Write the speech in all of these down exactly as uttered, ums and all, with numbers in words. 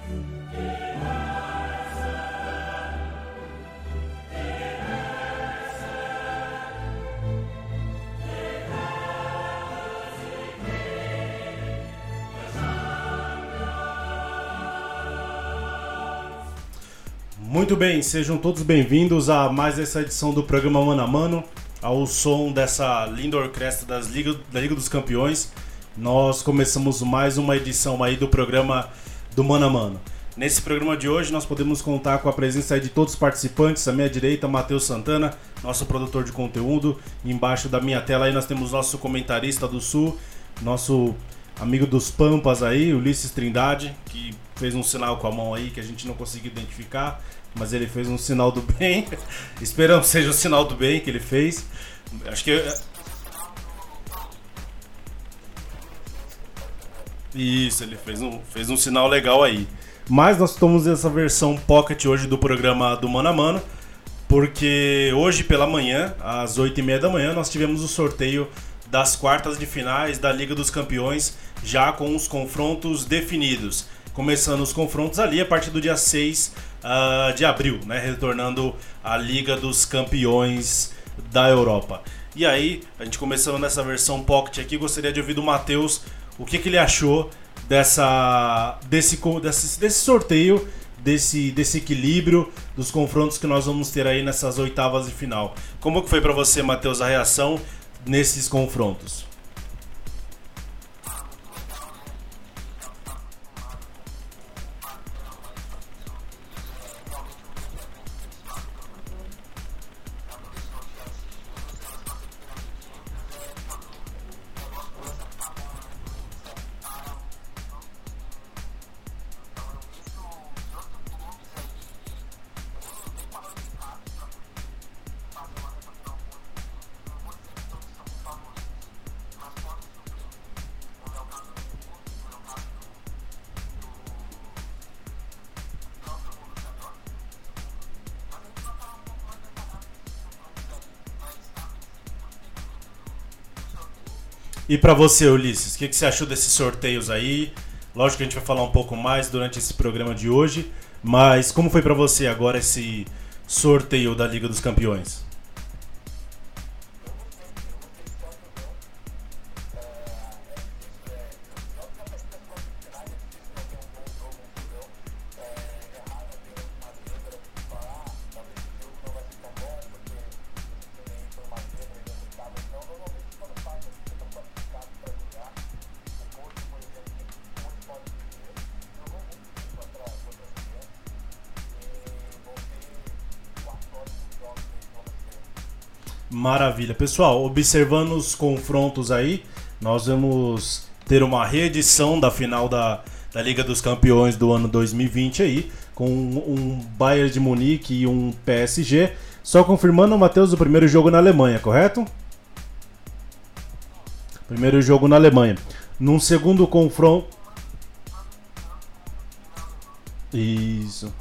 Muito bem, sejam todos bem-vindos a mais essa edição do programa Mano a Mano, ao som dessa linda orquestra das Liga, da Liga dos Campeões. Nós começamos mais uma edição aí do programa do Mano a Mano. Nesse programa de hoje nós podemos contar com a presença aí de todos os participantes. À minha direita, Matheus Santana, nosso produtor de conteúdo. Embaixo da minha tela aí nós temos nosso comentarista do Sul, nosso amigo dos Pampas aí, Ulisses Trindade, que fez um sinal com a mão aí que a gente não conseguiu identificar, mas ele fez um sinal do bem. Esperamos que seja o sinal do bem que ele fez. Acho que... Isso, ele fez um, fez um sinal legal aí. Mas nós estamos nessa versão pocket hoje do programa do Mano a Mano, porque hoje pela manhã, às oito e meia da manhã, nós tivemos o sorteio das quartas de finais da Liga dos Campeões, já com os confrontos definidos. Começando os confrontos ali a partir do dia seis uh, de abril, né? Retornando à Liga dos Campeões da Europa. E aí, a gente começando nessa versão pocket aqui, gostaria de ouvir do Matheus o que, que ele achou dessa, desse, desse, desse sorteio, desse, desse equilíbrio dos confrontos que nós vamos ter aí nessas oitavas de final. Como que foi para você, Matheus, a reação nesses confrontos? E pra você, Ulisses, o que, que você achou desses sorteios aí? Lógico que a gente vai falar um pouco mais durante esse programa de hoje, mas como foi pra você agora esse sorteio da Liga dos Campeões? Maravilha. Pessoal, observando os confrontos aí, nós vamos ter uma reedição da final da, da Liga dos Campeões do ano dois mil e vinte aí, com um Bayern de Munique e um P S G. Só confirmando, Matheus, o primeiro jogo na Alemanha, correto? Primeiro jogo na Alemanha. Num segundo confronto... Isso...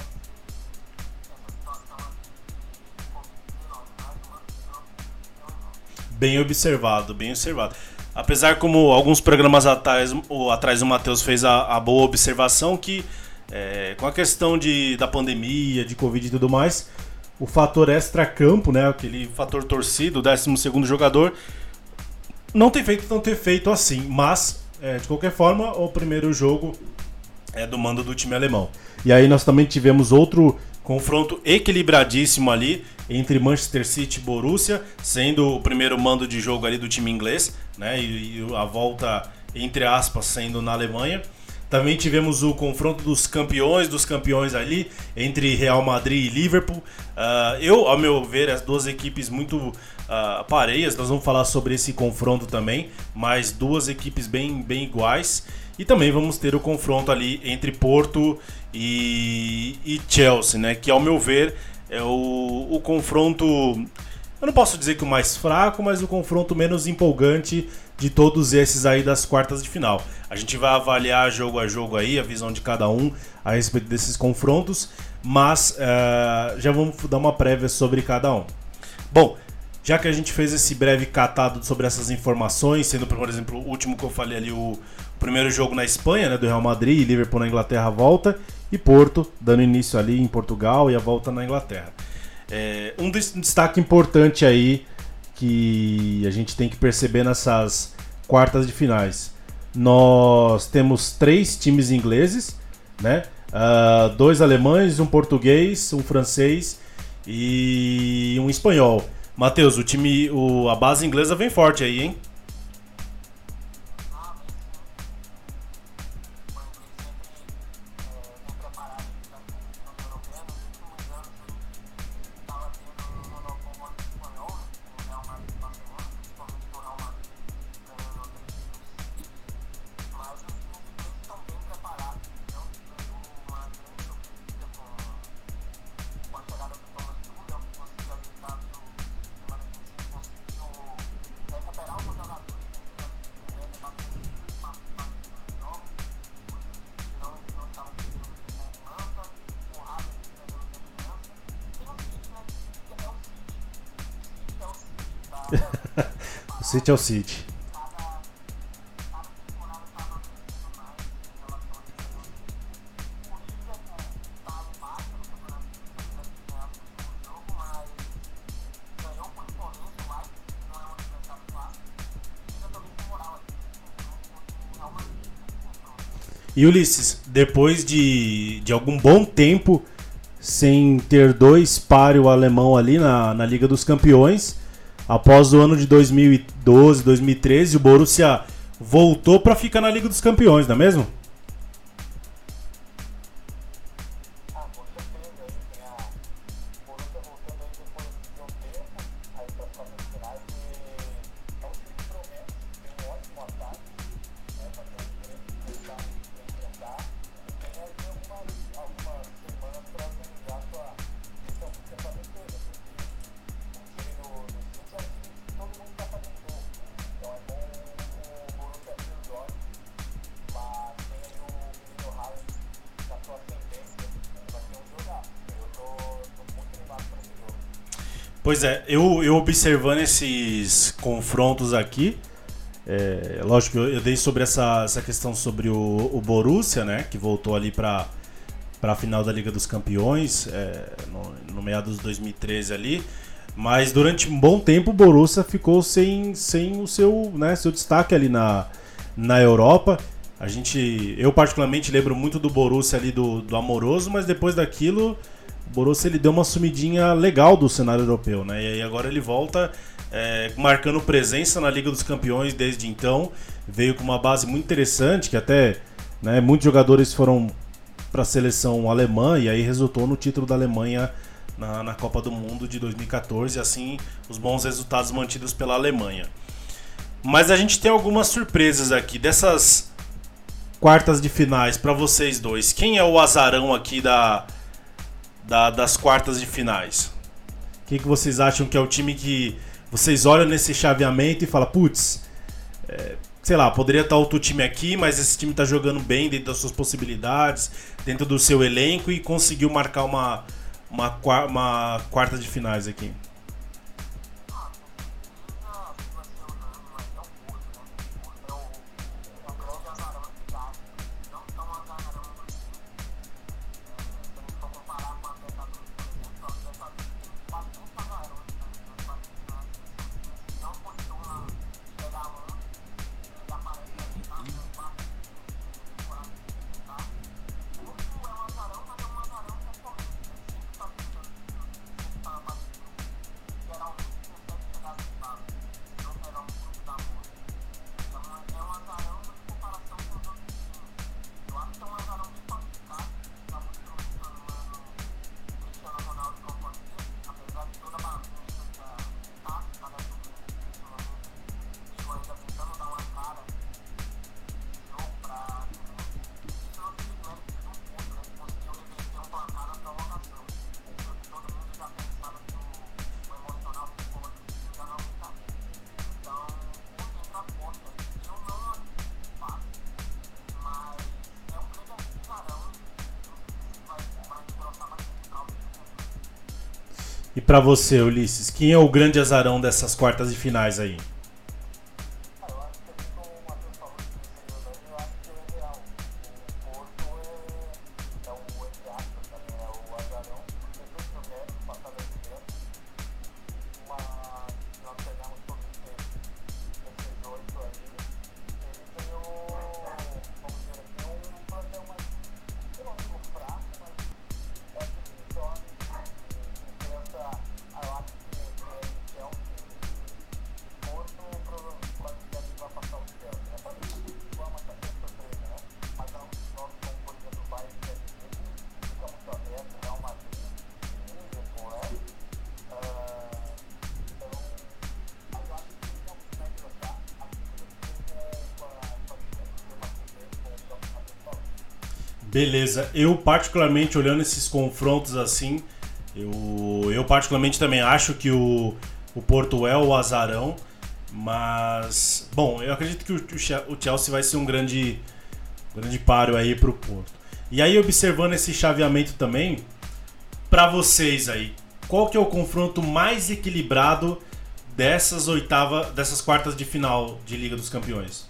Bem observado, bem observado. Apesar, como alguns programas atrás o, atrás o Matheus fez a, a boa observação, que é, com a questão de, da pandemia, de Covid e tudo mais, o fator extra-campo, né, aquele fator torcido, o décimo segundo jogador, não tem feito não ter feito assim. Mas, é, de qualquer forma, o primeiro jogo é do mando do time alemão. E aí nós também tivemos outro confronto equilibradíssimo ali entre Manchester City e Borussia, sendo o primeiro mando de jogo ali do time inglês, né, e, e a volta, entre aspas, sendo na Alemanha. Também tivemos o confronto dos campeões dos campeões ali, entre Real Madrid e Liverpool. Uh, eu, ao meu ver, as duas equipes muito uh, pareias. Nós vamos falar sobre esse confronto também, mas duas equipes bem, bem iguais. E também vamos ter o confronto ali entre Porto e, e Chelsea, né? Que, ao meu ver, é o, o confronto... Eu não posso dizer que o mais fraco, mas o confronto menos empolgante de todos esses aí das quartas de final. A gente vai avaliar jogo a jogo aí, a visão de cada um a respeito desses confrontos, mas uh, já vamos dar uma prévia sobre cada um. Bom, já que a gente fez esse breve catado sobre essas informações, sendo, por exemplo, o último que eu falei ali, o primeiro jogo na Espanha, né, do Real Madrid, Liverpool na Inglaterra volta, e Porto dando início ali em Portugal e a volta na Inglaterra. É, um destaque importante aí que a gente tem que perceber nessas quartas de finais. Nós temos três times ingleses, né? Uh, dois alemães, um português, um francês e um espanhol. Matheus, o time, o, a base inglesa vem forte aí, hein? O City é o City. E Ulisses, depois de, de algum bom tempo sem ter dois páreo alemão ali na, na Liga dos Campeões, após o ano de dois mil e doze, dois mil e treze, o Borussia voltou para ficar na Liga dos Campeões, não é mesmo? Pois é, eu, eu observando esses confrontos aqui, é, lógico, eu, eu dei sobre essa, essa questão sobre o, o Borussia, né, que voltou ali para a final da Liga dos Campeões, é, no, no meados de dois mil e treze ali, mas durante um bom tempo o Borussia ficou sem, sem o seu, né, seu destaque ali na, na Europa. A gente, eu particularmente lembro muito do Borussia ali do, do Amoroso, mas depois daquilo o Borussia ele deu uma sumidinha legal do cenário europeu, né? E aí agora ele volta é, marcando presença na Liga dos Campeões desde então. Veio com uma base muito interessante, que até, né, muitos jogadores foram para a seleção alemã e aí resultou no título da Alemanha na, na Copa do Mundo de dois mil e catorze, e assim os bons resultados mantidos pela Alemanha. Mas a gente tem algumas surpresas aqui dessas quartas de finais para vocês dois. Quem é o azarão aqui da Da, das quartas de finais? Quem que vocês acham que é o time que vocês olham nesse chaveamento e falam, putz, é, sei lá, poderia estar outro time aqui, mas esse time está jogando bem dentro das suas possibilidades, dentro do seu elenco e conseguiu marcar uma, uma, uma quarta de finais aqui? E pra você, Ulisses, quem é o grande azarão dessas quartas de finais aí? Beleza, eu particularmente olhando esses confrontos assim, eu, eu particularmente também acho que o, o Porto é o azarão, mas bom, eu acredito que o, o Chelsea vai ser um grande, grande páreo aí pro Porto. E aí observando esse chaveamento também, pra vocês aí, qual que é o confronto mais equilibrado dessas oitava, dessas quartas de final de Liga dos Campeões?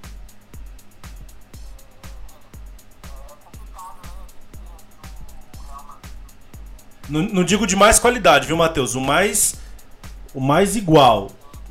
Não, não digo de mais qualidade, viu, Matheus? O mais, o mais igual.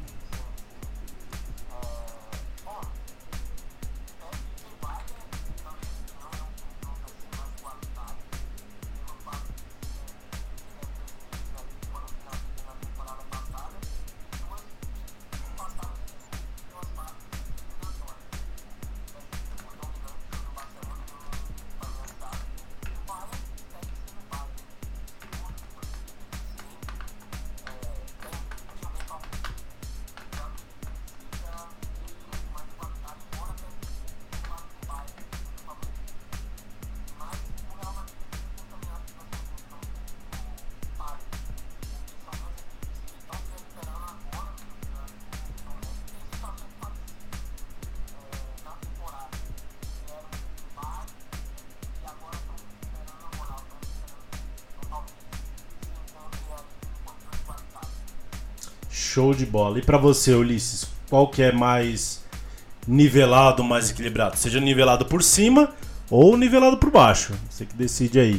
Show de bola. E pra você, Ulisses, qual que é mais nivelado, mais equilibrado? Seja nivelado por cima ou nivelado por baixo. Você que decide aí.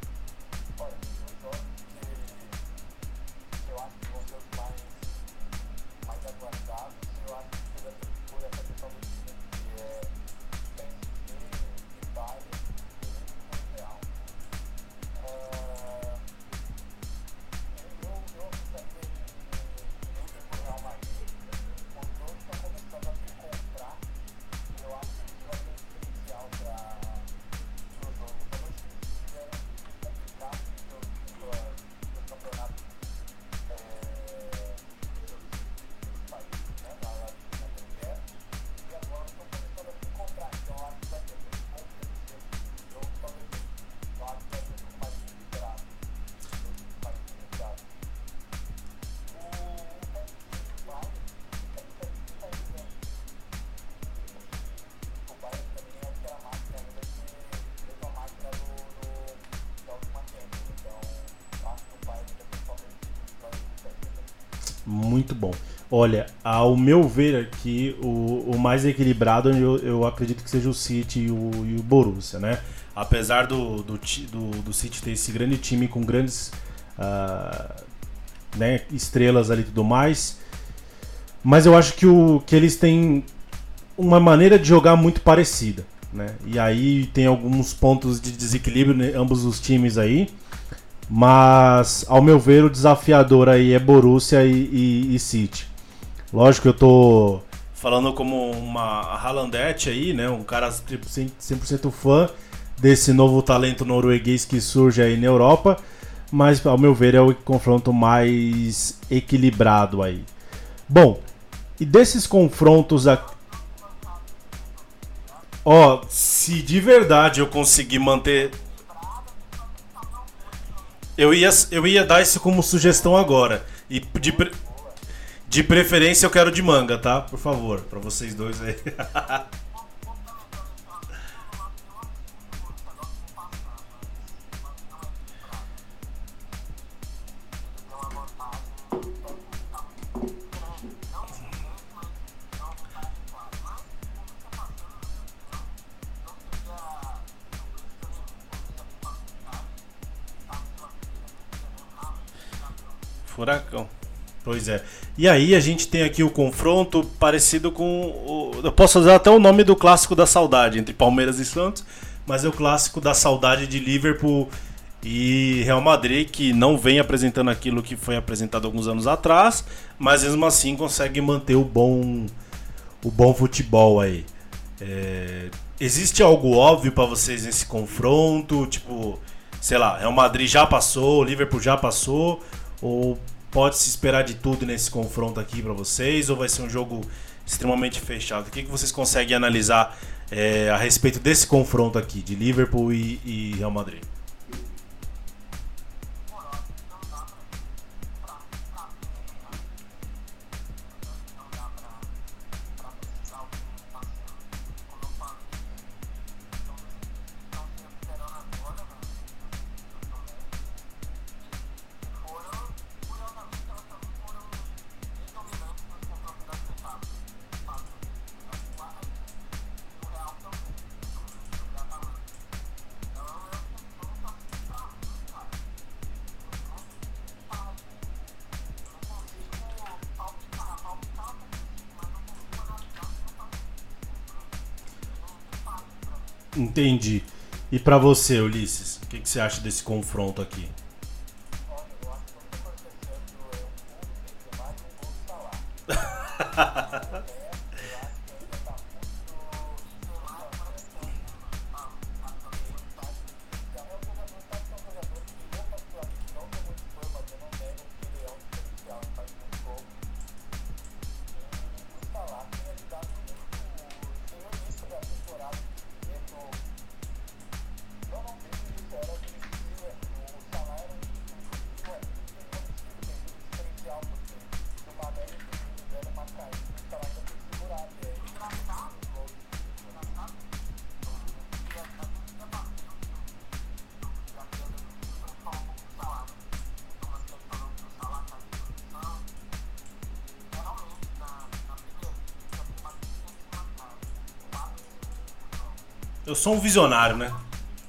Muito bom. Olha, ao meu ver aqui, o, o mais equilibrado eu, eu acredito que seja o City e o, e o Borussia, né? Apesar do, do, do, do City ter esse grande time com grandes uh, né, estrelas ali e tudo mais, mas eu acho que, o, que eles têm uma maneira de jogar muito parecida, né? E aí tem alguns pontos de desequilíbrio em ambos os times aí. Mas, ao meu ver, o desafiador aí é Borussia e, e, e City. Lógico que eu tô falando como uma Haalandete aí, né? Um cara cem por cento fã desse novo talento norueguês que surge aí na Europa. Mas, ao meu ver, é o confronto mais equilibrado aí. Bom, e desses confrontos aqui... Ó, se de verdade eu conseguir manter... Eu ia, eu ia dar isso como sugestão agora. E de, pre- de preferência eu quero de manga, tá? Por favor, pra vocês dois aí. Furacão. Pois é. E aí a gente tem aqui o confronto parecido com o... Eu posso usar até o nome do clássico da saudade entre Palmeiras e Santos, mas é o clássico da saudade de Liverpool e Real Madrid, que não vem apresentando aquilo que foi apresentado alguns anos atrás, mas mesmo assim consegue manter o bom, o bom futebol aí. É... Existe algo óbvio pra vocês nesse confronto? Tipo, sei lá, Real Madrid já passou, Liverpool já passou, ou pode-se esperar de tudo nesse confronto aqui pra vocês, ou vai ser um jogo extremamente fechado? O que, que vocês conseguem analisar é, a respeito desse confronto aqui, de Liverpool e, e Real Madrid? Entendi. E pra você, Ulisses, o que, que você acha desse confronto aqui? Eu sou um visionário, né?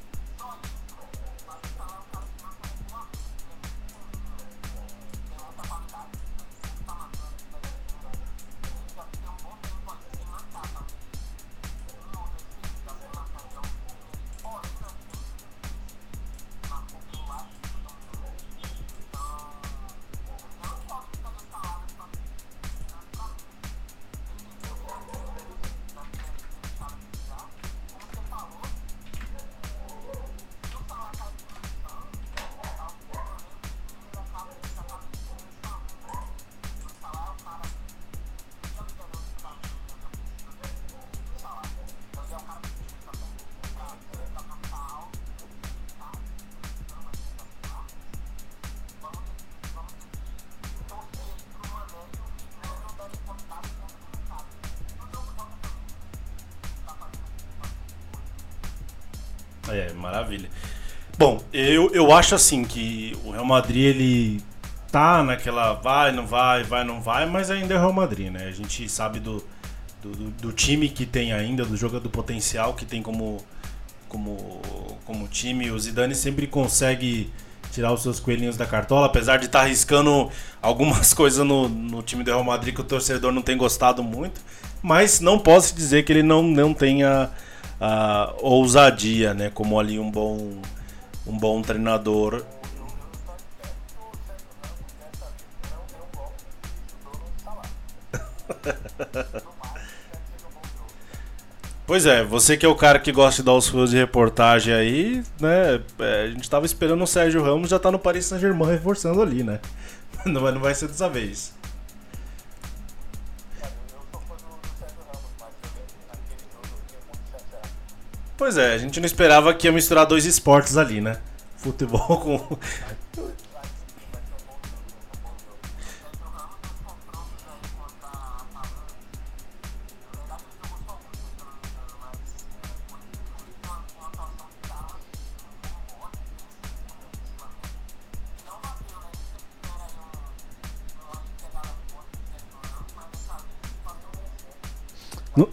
É, maravilha. Bom, eu, eu acho assim que o Real Madrid, ele tá naquela vai, não vai, vai, não vai, mas ainda é o Real Madrid, né? A gente sabe do, do, do time que tem ainda, do jogo, do potencial que tem como, como, como time. O Zidane sempre consegue tirar os seus coelhinhos da cartola, apesar de estar arriscando algumas coisas no, no time do Real Madrid que o torcedor não tem gostado muito, mas não posso dizer que ele não, não tenha a ousadia, né? Como ali um bom, um bom treinador. Pois é, você que é o cara que gosta de dar os furos de reportagem aí, né? É, a gente tava esperando o Sérgio Ramos, já tá no Paris Saint-Germain reforçando ali, né? Não vai, não vai ser dessa vez. Pois é, a gente não esperava que ia misturar dois esportes ali, né? Futebol com. No-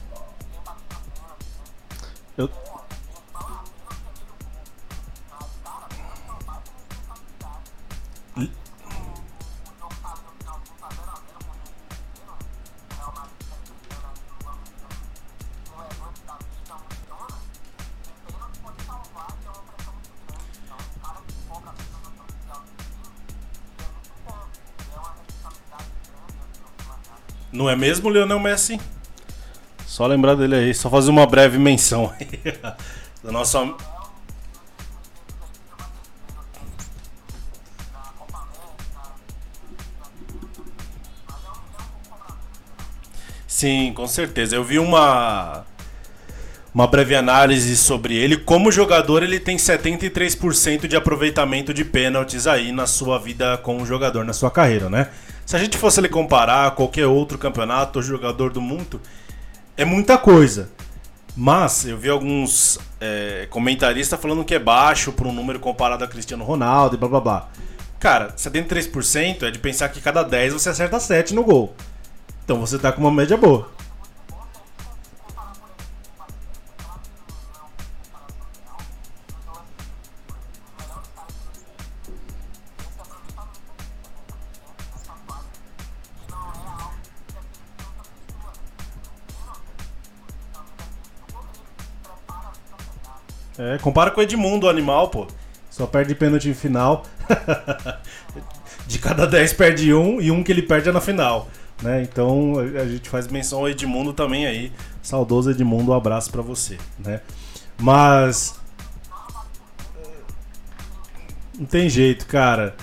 Eu, Não é mesmo, Lionel Messi? Só lembrar dele aí, só fazer uma breve menção aí. Da nossa... Sim, com certeza. Eu vi uma uma breve análise sobre ele. Como jogador, ele tem setenta e três por cento de aproveitamento de pênaltis aí na sua vida como jogador, na sua carreira, né? Se a gente fosse ele comparar a qualquer outro campeonato ou jogador do mundo, é muita coisa. Mas eu vi alguns é, comentaristas falando que é baixo por um número comparado a Cristiano Ronaldo e blá blá blá. Cara, setenta e três por cento é de pensar que cada dez você acerta sete no gol. Então você tá com uma média boa. É, compara com o Edmundo, o animal, pô. Só perde pênalti em final. De cada dez perde um e um que ele perde é na final. Né? Então a gente faz menção ao Edmundo também aí. Saudoso Edmundo, um abraço pra você. Né? Mas... Não tem jeito, cara.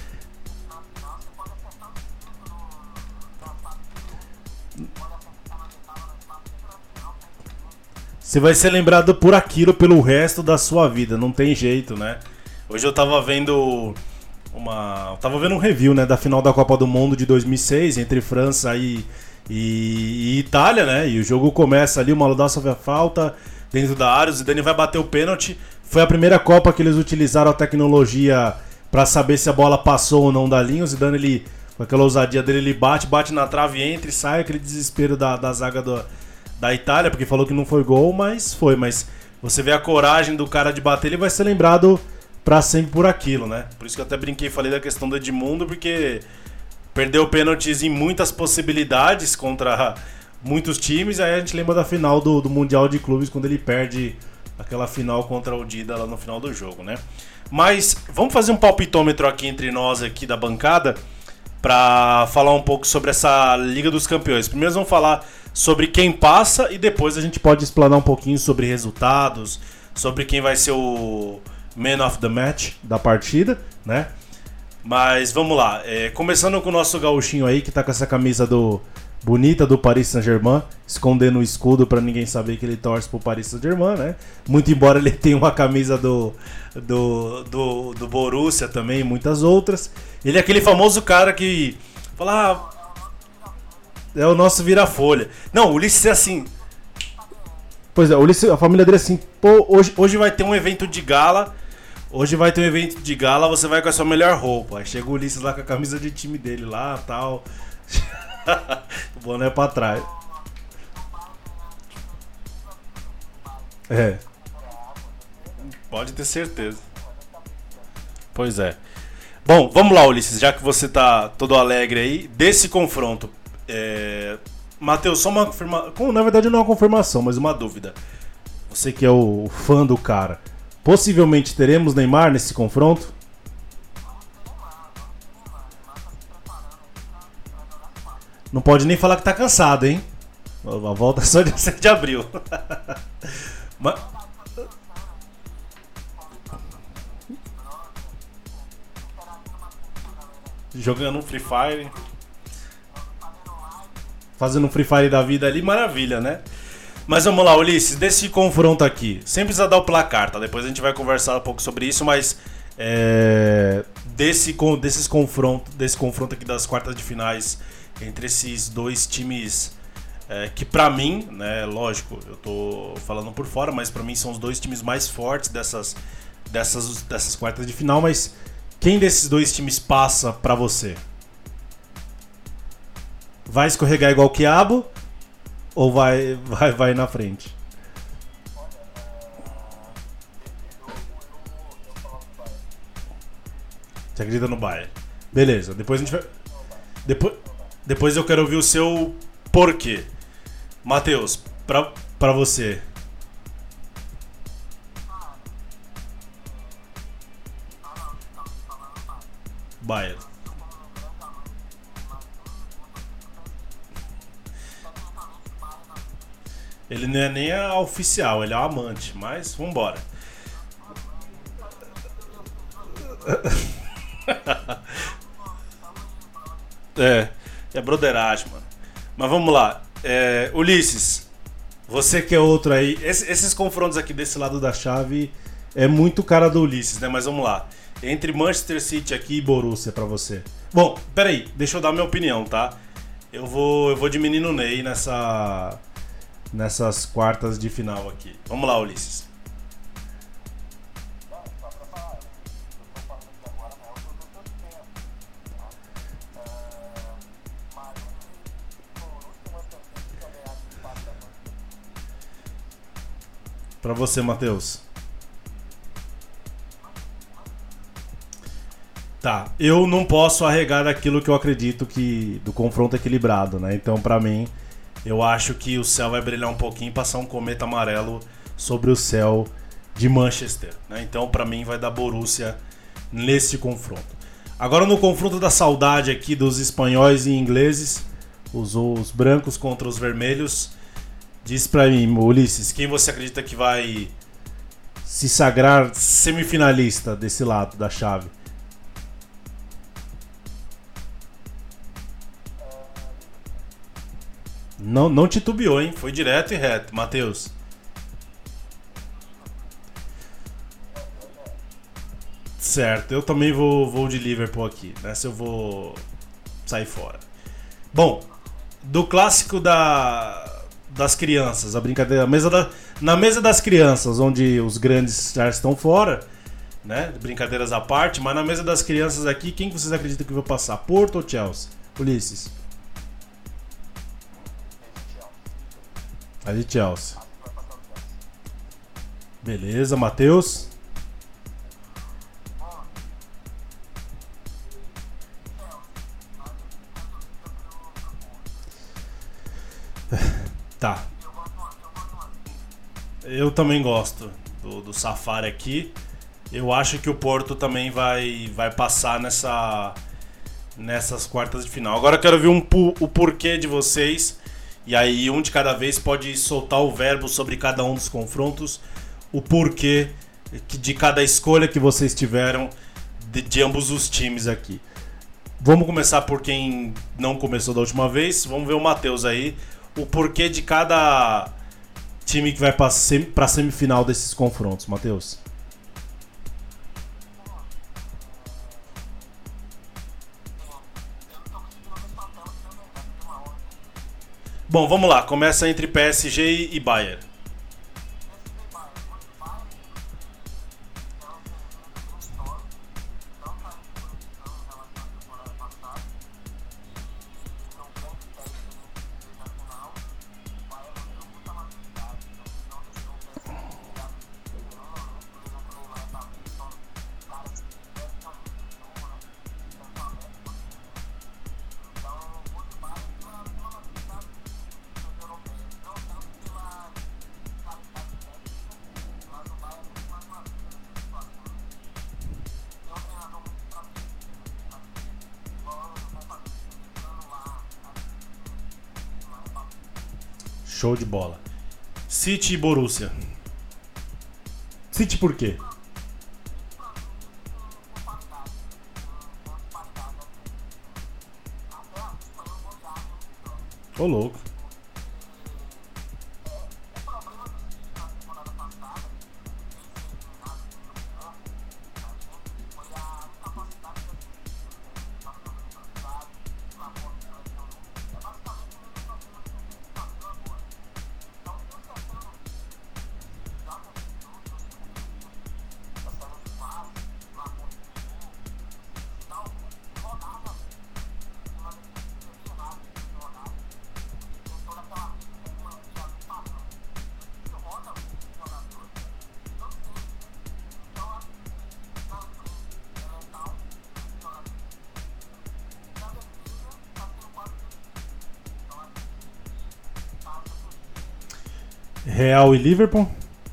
Você vai ser lembrado por aquilo pelo resto da sua vida, não tem jeito, né? Hoje eu tava vendo uma, eu tava vendo um review, né, da final da Copa do Mundo de dois mil e seis entre França e, e, e Itália, né? E o jogo começa ali, o Maludá sofre a falta dentro da área, o Zidane vai bater o pênalti. Foi a primeira Copa que eles utilizaram a tecnologia pra saber se a bola passou ou não da linha. O Zidane, ele, com aquela ousadia dele, ele bate, bate na trave, entra e sai, aquele desespero da, da zaga do da Itália, porque falou que não foi gol, mas foi. Mas você vê a coragem do cara de bater, ele vai ser lembrado pra sempre por aquilo, né? Por isso que eu até brinquei e falei da questão do Edmundo, porque perdeu pênaltis em muitas possibilidades contra muitos times, aí a gente lembra da final do, do Mundial de Clubes, quando ele perde aquela final contra o Dida lá no final do jogo, né? Mas vamos fazer um palpitômetro aqui entre nós aqui da bancada pra falar um pouco sobre essa Liga dos Campeões. Primeiro vamos falar sobre quem passa e depois a gente pode explanar um pouquinho sobre resultados, sobre quem vai ser o Man of the Match da partida, né? Mas vamos lá, é, começando com o nosso gauchinho aí, que tá com essa camisa do bonita do Paris Saint-Germain, escondendo o escudo pra ninguém saber que ele torce pro Paris Saint-Germain, né? Muito embora ele tenha uma camisa do, do, do, do Borussia também e muitas outras. Ele é aquele famoso cara que fala... Ah, é o nosso vira-folha. Não, o Ulisses é assim. Pois é, o Ulisses, a família dele é assim. Pô, hoje, hoje vai ter um evento de gala. Hoje vai ter um evento de gala, você vai com a sua melhor roupa. Aí chega o Ulisses lá com a camisa de time dele lá, tal. O boné pra trás. É. Pode ter certeza. Pois é. Bom, vamos lá, Ulisses, já que você tá todo alegre aí, desse confronto. É... Matheus, só uma confirmação. Na verdade não é uma confirmação, mas uma dúvida. Você que é o fã do cara. Possivelmente teremos Neymar nesse confronto? Não pode nem falar que tá cansado, hein? A volta só dia sete de abril. Mas... Jogando um Free Fire. Fazendo um Free Fire da vida ali, maravilha, né? Mas vamos lá, Ulisses, desse confronto aqui, sem precisar dar o placar, tá? Depois a gente vai conversar um pouco sobre isso, mas é, desse, desses confronto, desse confronto aqui das quartas de finais entre esses dois times é, que pra mim, né, lógico, eu tô falando por fora, mas pra mim são os dois times mais fortes dessas, dessas, dessas quartas de final, mas quem desses dois times passa pra você? Vai escorregar igual o quiabo ou vai, vai, vai na frente? Você acredita no Bayern? Beleza, depois a gente vai... Depois, depois eu quero ouvir o seu porquê. Matheus, pra, pra você. Bayern. Ele não é nem a oficial, ele é o amante, mas vambora. É, é broderagem, mano. Mas vamos lá. É, Ulisses, você que é outro aí. Esse- esses confrontos aqui desse lado da chave é muito cara do Ulisses, né? Mas vamos lá. Entre Manchester City aqui e Borussia pra você. Bom, peraí, deixa eu dar minha opinião, tá? Eu vou, eu vou de menino Ney nessa, nessas quartas de final aqui. Vamos lá, Ulisses. Pra você, Matheus. Tá, eu não posso arregar aquilo que eu acredito que do confronto equilibrado, né? Então, pra mim, eu acho que o céu vai brilhar um pouquinho e passar um cometa amarelo sobre o céu de Manchester, né? Então, pra mim, vai dar Borussia nesse confronto. Agora, no confronto da saudade aqui dos espanhóis e ingleses, os, os brancos contra os vermelhos, diz pra mim, Ulisses, quem você acredita que vai se sagrar semifinalista desse lado da chave? Não, não titubeou, hein? Foi direto e reto. Matheus. Certo, eu também vou, vou de Liverpool aqui. Nessa eu vou sair fora. Bom, do clássico da, das crianças, a brincadeira. A mesa da, na mesa das crianças, onde os grandes já estão fora, né? Brincadeiras à parte, mas na mesa das crianças aqui, quem que vocês acreditam que vai passar? Porto ou Chelsea? Ulisses. A de Chelsea. Beleza, Matheus. Tá. Eu também gosto do, do Safari aqui. Eu acho que o Porto também vai, vai passar nessa, nessas quartas de final. Agora eu quero ver um, pu- o porquê de vocês. E aí um de cada vez pode soltar o verbo sobre cada um dos confrontos. O porquê que- de cada escolha que vocês tiveram de, de ambos os times aqui. Vamos começar por quem não começou da última vez. Vamos ver o Matheus aí. O porquê de cada time que vai para a semifinal desses confrontos, Matheus. Bom, vamos lá. Começa entre P S G e Bayern. Show de bola. City e Borussia. City por quê? Ô louco. Real e Liverpool?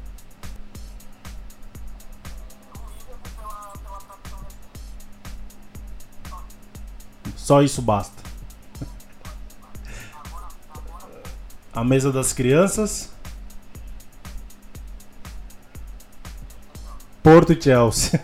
Só isso basta. A mesa das crianças? Porto e Chelsea.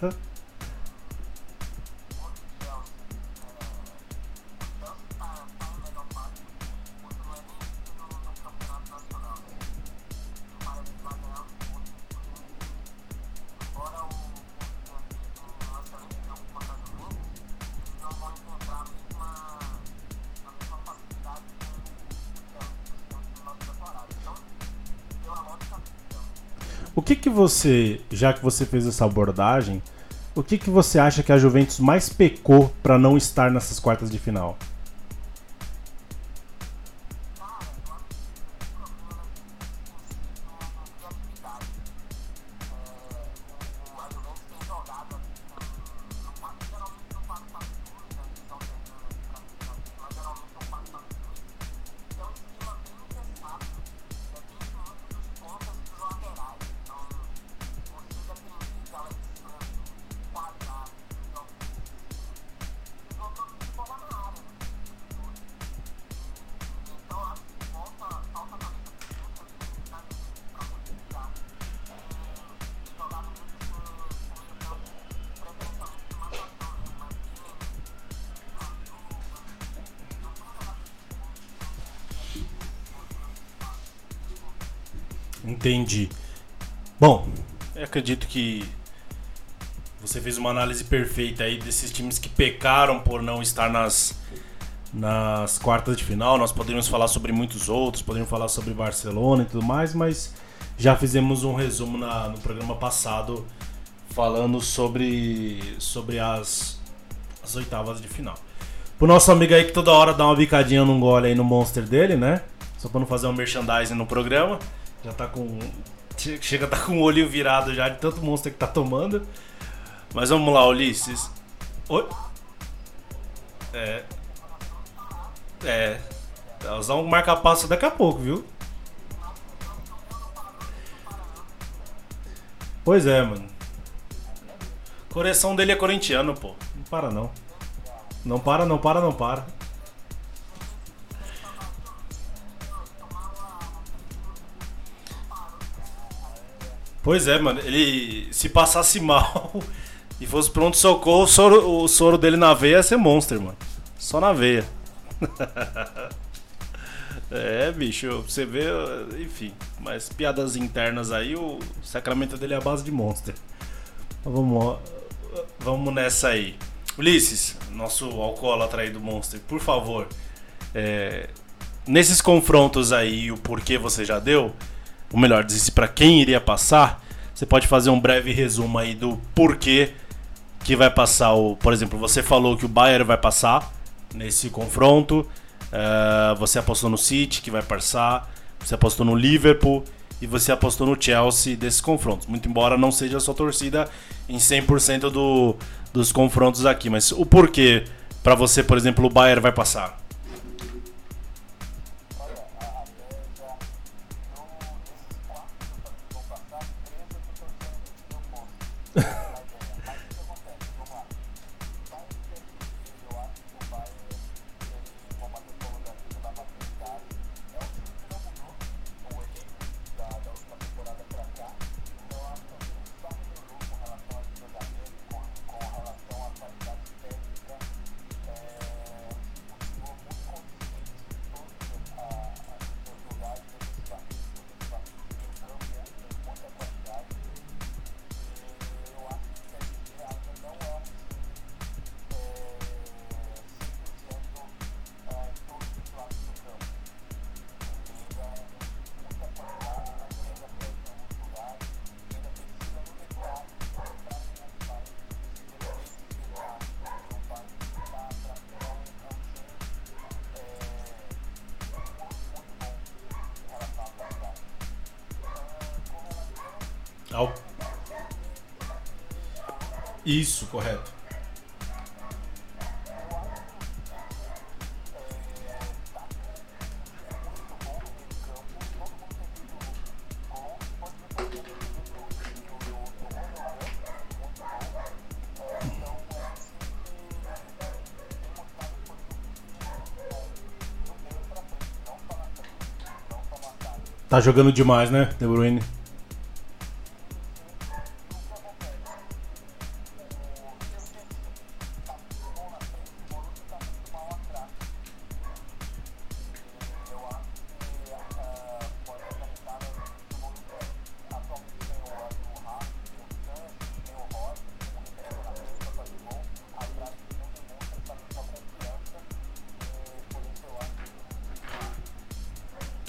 O que que você, já que você fez essa abordagem, o que que você acha que a Juventus mais pecou para não estar nessas quartas de final? Entendi. Bom, eu acredito que você fez uma análise perfeita aí desses times que pecaram por não estar nas, nas quartas de final. Nós poderíamos falar sobre muitos outros, poderíamos falar sobre Barcelona e tudo mais, mas já fizemos um resumo na, no programa passado falando sobre, sobre as, as oitavas de final. Pro nosso amigo aí que toda hora dá uma bicadinha num gole aí no Monster dele, né? Só pra não fazer um merchandising no programa. Já tá com... Chega a tá com o olho virado já de tanto Monster que tá tomando. Mas vamos lá, Ulisses. Oi? É... É... Vai usar um marca-passo daqui a pouco, viu? Pois é, mano. O coração dele é corintiano, pô. Não para, não. Não para, não para, não para. Pois é, mano. Ele, se passasse mal e fosse pronto socorro, o soro, o soro dele na veia ia ser Monster, mano. Só na veia. É, bicho, você vê, enfim. Mas piadas internas aí, o sacramento dele é a base de Monster. Vamos, vamos nessa aí. Ulisses, nosso alcoólatra aí do Monster, por favor. É, nesses confrontos aí, o porquê você já deu, ou melhor, disse para quem iria passar, você pode fazer um breve resumo aí do porquê que vai passar o... Por exemplo, você falou que o Bayern vai passar nesse confronto, uh, você apostou no City que vai passar, você apostou no Liverpool e você apostou no Chelsea desses confrontos. Muito embora não seja a sua torcida em cem por cento do, dos confrontos aqui, mas o porquê para você, por exemplo, o Bayern vai passar? Isso, correto. Tá jogando demais, né, De Bruyne?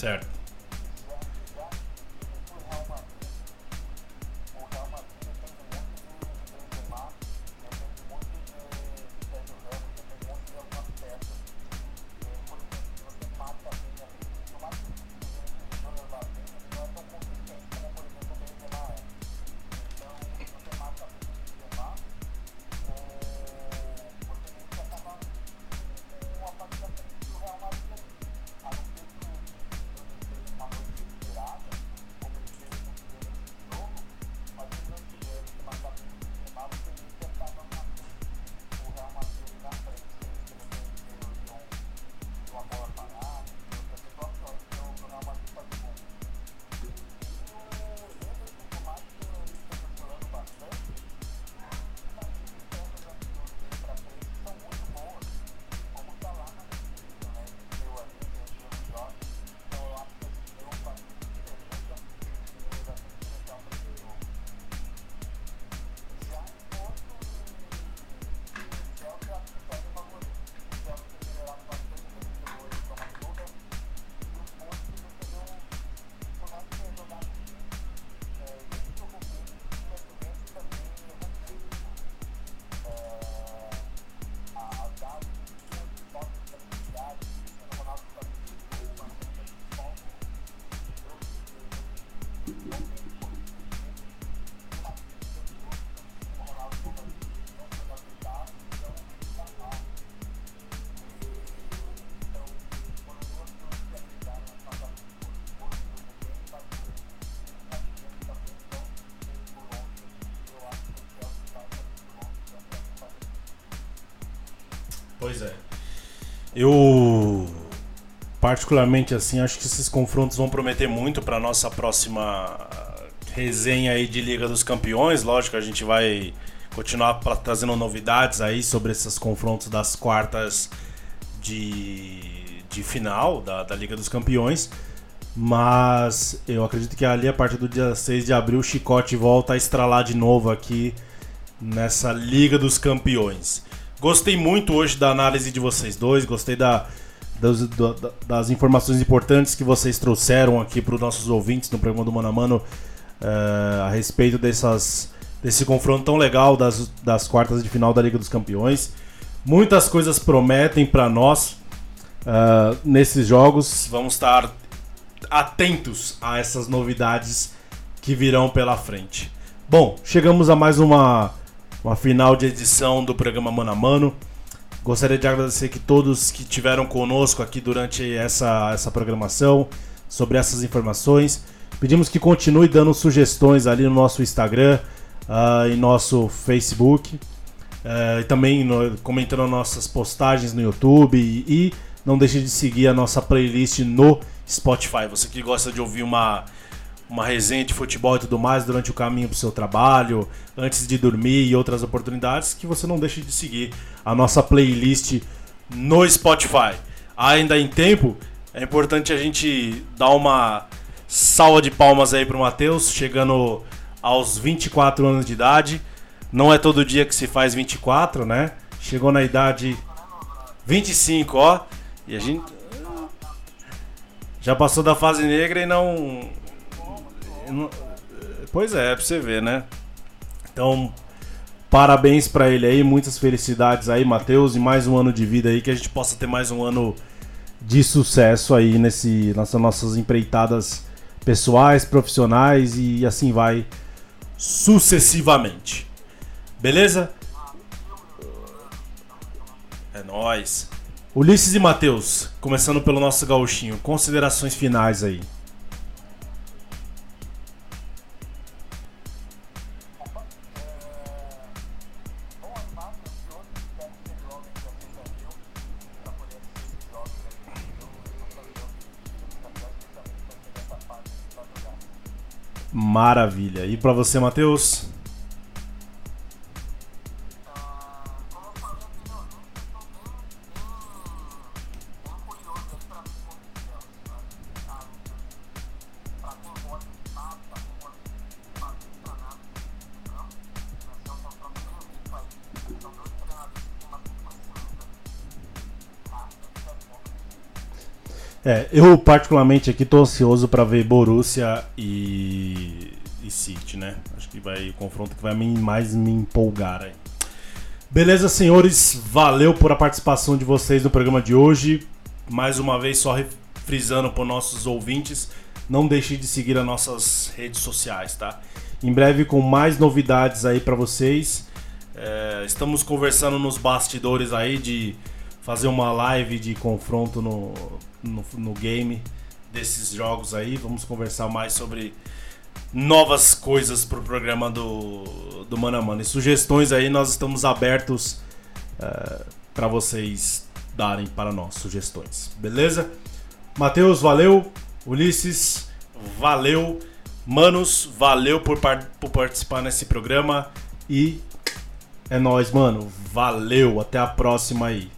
Certo. Pois é. Eu, particularmente, assim, acho que esses confrontos vão prometer muito para nossa próxima resenha aí de Liga dos Campeões. Lógico, a gente vai continuar pra, trazendo novidades aí sobre esses confrontos das quartas de, de final da, da Liga dos Campeões. Mas eu acredito que ali, a partir do dia seis de abril, o chicote volta a estralar de novo aqui nessa Liga dos Campeões. Gostei muito hoje da análise de vocês dois, gostei da, das, da, das informações importantes que vocês trouxeram aqui para os nossos ouvintes no programa do Mano a Mano, uh, a respeito dessas, desse confronto tão legal das, das quartas de final da Liga dos Campeões. Muitas coisas prometem para nós uh, nesses jogos. Vamos estar atentos a essas novidades que virão pela frente. Bom, chegamos a mais uma... uma final de edição do programa Mano a Mano. Gostaria de agradecer que todos que estiveram conosco aqui durante essa, essa programação, sobre essas informações. Pedimos que continue dando sugestões ali no nosso Instagram uh, e nosso Facebook. Uh, e também no, comentando nossas postagens no YouTube. E, e não deixe de seguir a nossa playlist no Spotify. Você que gosta de ouvir uma... uma resenha de futebol e tudo mais durante o caminho pro seu trabalho, antes de dormir e outras oportunidades, que você não deixe de seguir a nossa playlist no Spotify. Ainda em tempo, é importante a gente dar uma salva de palmas aí pro Matheus, chegando aos vinte e quatro anos de idade. Não é todo dia que se faz vinte e quatro, né? Chegou na idade vinte e cinco, ó. E a gente já passou da fase negra e não... Pois é, pra você ver, né? Então, parabéns pra ele aí, muitas felicidades aí, Matheus, e mais um ano de vida aí, que a gente possa ter mais um ano de sucesso aí nesse, nessas nossas empreitadas pessoais, profissionais e assim vai sucessivamente. Beleza? É nóis. Ulisses e Matheus, começando pelo nosso gauchinho, considerações finais aí. Maravilha. E pra você, Matheus? É, eu particularmente aqui tô ansioso pra ver Borussia e, e City, né? Acho que vai o confronto que vai me, mais me empolgar aí. Beleza, senhores, valeu por a participação de vocês no programa de hoje. Mais uma vez, só frisando para os nossos ouvintes, não deixe de seguir as nossas redes sociais, tá? Em breve com mais novidades aí para vocês. É, estamos conversando nos bastidores aí de fazer uma live de confronto no, no, no game desses jogos aí. Vamos conversar mais sobre novas coisas pro programa do, do Mano a Mano. E sugestões aí, nós estamos abertos uh, para vocês darem para nós sugestões. Beleza? Matheus, valeu. Ulisses, valeu. Manos, valeu por, par- por participar nesse programa. E é nóis, mano. Valeu. Até a próxima aí.